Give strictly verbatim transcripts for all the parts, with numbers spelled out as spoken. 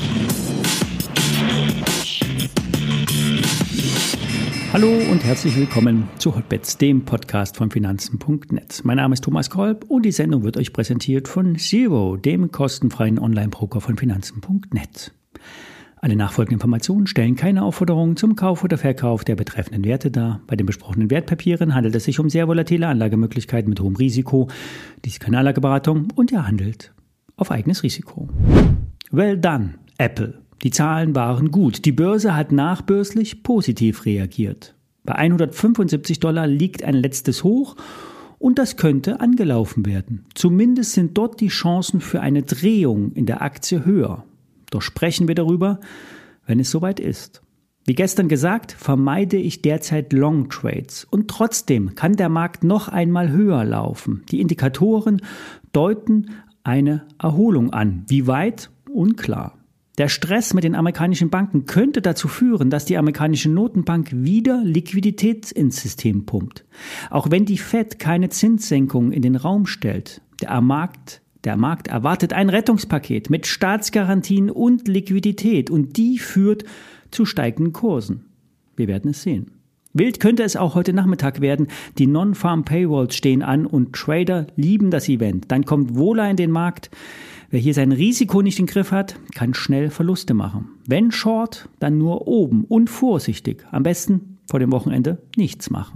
Hallo und herzlich willkommen zu Hotbets, dem Podcast von Finanzen punkt net. Mein Name ist Thomas Kolb und die Sendung wird euch präsentiert von Zero, dem kostenfreien Online-Broker von Finanzen punkt net. Alle nachfolgenden Informationen stellen keine Aufforderung zum Kauf oder Verkauf der betreffenden Werte dar. Bei den besprochenen Wertpapieren handelt es sich um sehr volatile Anlagemöglichkeiten mit hohem Risiko. Dies ist keine Anlageberatung und ihr handelt auf eigenes Risiko. Well done, Apple. Die Zahlen waren gut. Die Börse hat nachbörslich positiv reagiert. Bei hundertfünfundsiebzig Dollar liegt ein letztes Hoch und das könnte angelaufen werden. Zumindest sind dort die Chancen für eine Drehung in der Aktie höher. Doch sprechen wir darüber, wenn es soweit ist. Wie gestern gesagt, vermeide ich derzeit Long Trades und trotzdem kann der Markt noch einmal höher laufen. Die Indikatoren deuten eine Erholung an. Wie weit? Unklar. Der Stress mit den amerikanischen Banken könnte dazu führen, dass die amerikanische Notenbank wieder Liquidität ins System pumpt. Auch wenn die Fed keine Zinssenkung in den Raum stellt, der Markt, der Markt erwartet ein Rettungspaket mit Staatsgarantien und Liquidität und die führt zu steigenden Kursen. Wir werden es sehen. Wild könnte es auch heute Nachmittag werden. Die Non-Farm Payrolls stehen an und Trader lieben das Event. Dann kommt Wohler in den Markt. Wer hier sein Risiko nicht im Griff hat, kann schnell Verluste machen. Wenn Short, dann nur oben und vorsichtig. Am besten vor dem Wochenende nichts machen.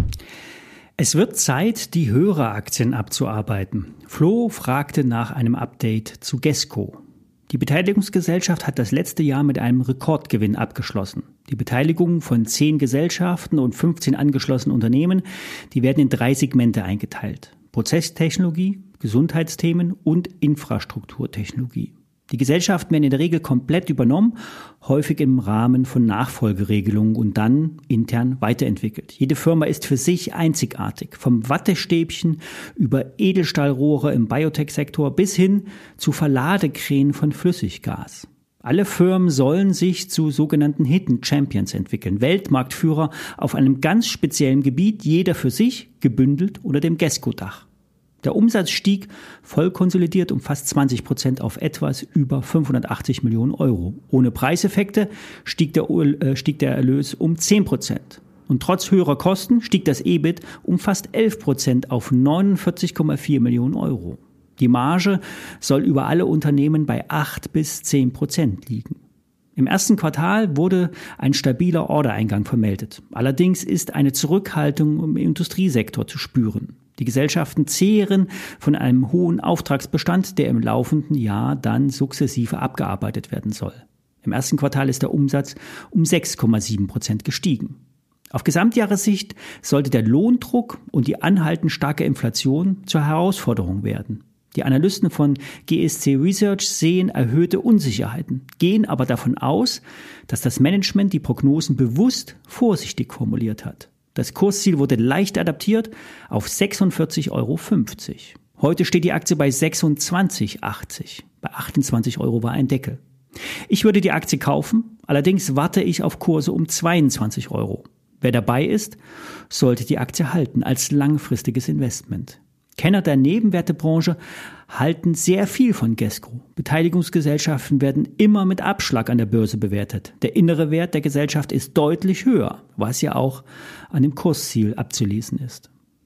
Es wird Zeit, die Höreraktien abzuarbeiten. Flo fragte nach einem Update zu Gesco. Die Beteiligungsgesellschaft hat das letzte Jahr mit einem Rekordgewinn abgeschlossen. Die Beteiligungen von zehn Gesellschaften und fünfzehn angeschlossenen Unternehmen, die werden in drei Segmente eingeteilt. Prozesstechnologie, Gesundheitsthemen und Infrastrukturtechnologie. Die Gesellschaften werden in der Regel komplett übernommen, häufig im Rahmen von Nachfolgeregelungen und dann intern weiterentwickelt. Jede Firma ist für sich einzigartig, vom Wattestäbchen über Edelstahlrohre im Biotech-Sektor bis hin zu Verladekränen von Flüssiggas. Alle Firmen sollen sich zu sogenannten Hidden Champions entwickeln, Weltmarktführer auf einem ganz speziellen Gebiet, jeder für sich, gebündelt unter dem Gesco-Dach. Der Umsatz stieg voll konsolidiert um fast zwanzig Prozent auf etwas über fünfhundertachtzig Millionen Euro. Ohne Preiseffekte stieg der, äh, stieg der Erlös um zehn Prozent. Und trotz höherer Kosten stieg das E B I T um fast elf Prozent auf neunundvierzig Komma vier Millionen Euro. Die Marge soll über alle Unternehmen bei acht bis zehn Prozent liegen. Im ersten Quartal wurde ein stabiler Ordereingang vermeldet. Allerdings ist eine Zurückhaltung im Industriesektor zu spüren. Die Gesellschaften zehren von einem hohen Auftragsbestand, der im laufenden Jahr dann sukzessive abgearbeitet werden soll. Im ersten Quartal ist der Umsatz um sechs Komma sieben Prozent gestiegen. Auf Gesamtjahressicht sollte der Lohndruck und die anhaltend starke Inflation zur Herausforderung werden. Die Analysten von G S C Research sehen erhöhte Unsicherheiten, gehen aber davon aus, dass das Management die Prognosen bewusst vorsichtig formuliert hat. Das Kursziel wurde leicht adaptiert auf sechsundvierzig Euro fünfzig. Heute steht die Aktie bei sechsundzwanzig Euro achtzig. Bei achtundzwanzig Euro war ein Deckel. Ich würde die Aktie kaufen, allerdings warte ich auf Kurse um zweiundzwanzig Euro. Wer dabei ist, sollte die Aktie halten als langfristiges Investment. Kenner der Nebenwertebranche halten sehr viel von Gesco. Beteiligungsgesellschaften werden immer mit Abschlag an der Börse bewertet. Der innere Wert der Gesellschaft ist deutlich höher, was ja auch an dem Kursziel abzulesen ist.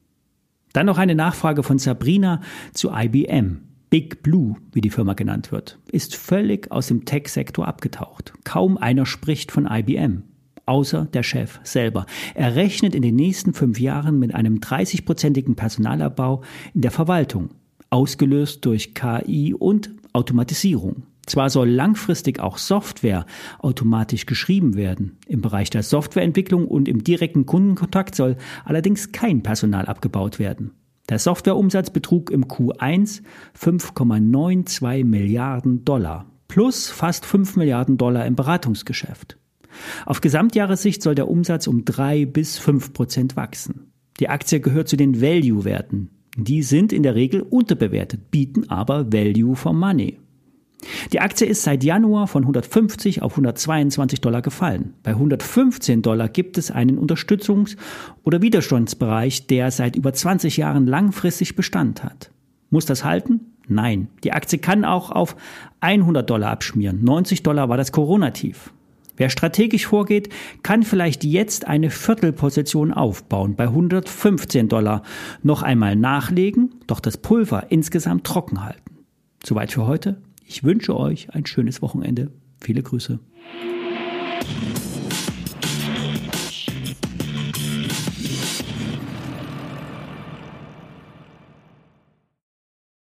Dann noch eine Nachfrage von Sabrina zu I B M. Big Blue, wie die Firma genannt wird, ist völlig aus dem Tech-Sektor abgetaucht. Kaum einer spricht von I B M. Außer der Chef selber. Er rechnet in den nächsten fünf Jahren mit einem dreißig-prozentigen Personalabbau in der Verwaltung, ausgelöst durch K I und Automatisierung. Zwar soll langfristig auch Software automatisch geschrieben werden. Im Bereich der Softwareentwicklung und im direkten Kundenkontakt soll allerdings kein Personal abgebaut werden. Der Softwareumsatz betrug im Q eins fünf Komma zweiundneunzig Milliarden Dollar plus fast fünf Milliarden Dollar im Beratungsgeschäft. Auf Gesamtjahressicht soll der Umsatz um drei bis fünf Prozent wachsen. Die Aktie gehört zu den Value-Werten. Die sind in der Regel unterbewertet, bieten aber Value for Money. Die Aktie ist seit Januar von hundertfünfzig auf hundertzweiundzwanzig Dollar gefallen. Bei hundertfünfzehn Dollar gibt es einen Unterstützungs- oder Widerstandsbereich, der seit über zwanzig Jahren langfristig Bestand hat. Muss das halten? Nein, die Aktie kann auch auf hundert Dollar abschmieren. neunzig Dollar war das Corona-Tief. Wer strategisch vorgeht, kann vielleicht jetzt eine Viertelposition aufbauen, bei hundertfünfzehn Dollar noch einmal nachlegen, doch das Pulver insgesamt trocken halten. Soweit für heute. Ich wünsche euch ein schönes Wochenende. Viele Grüße.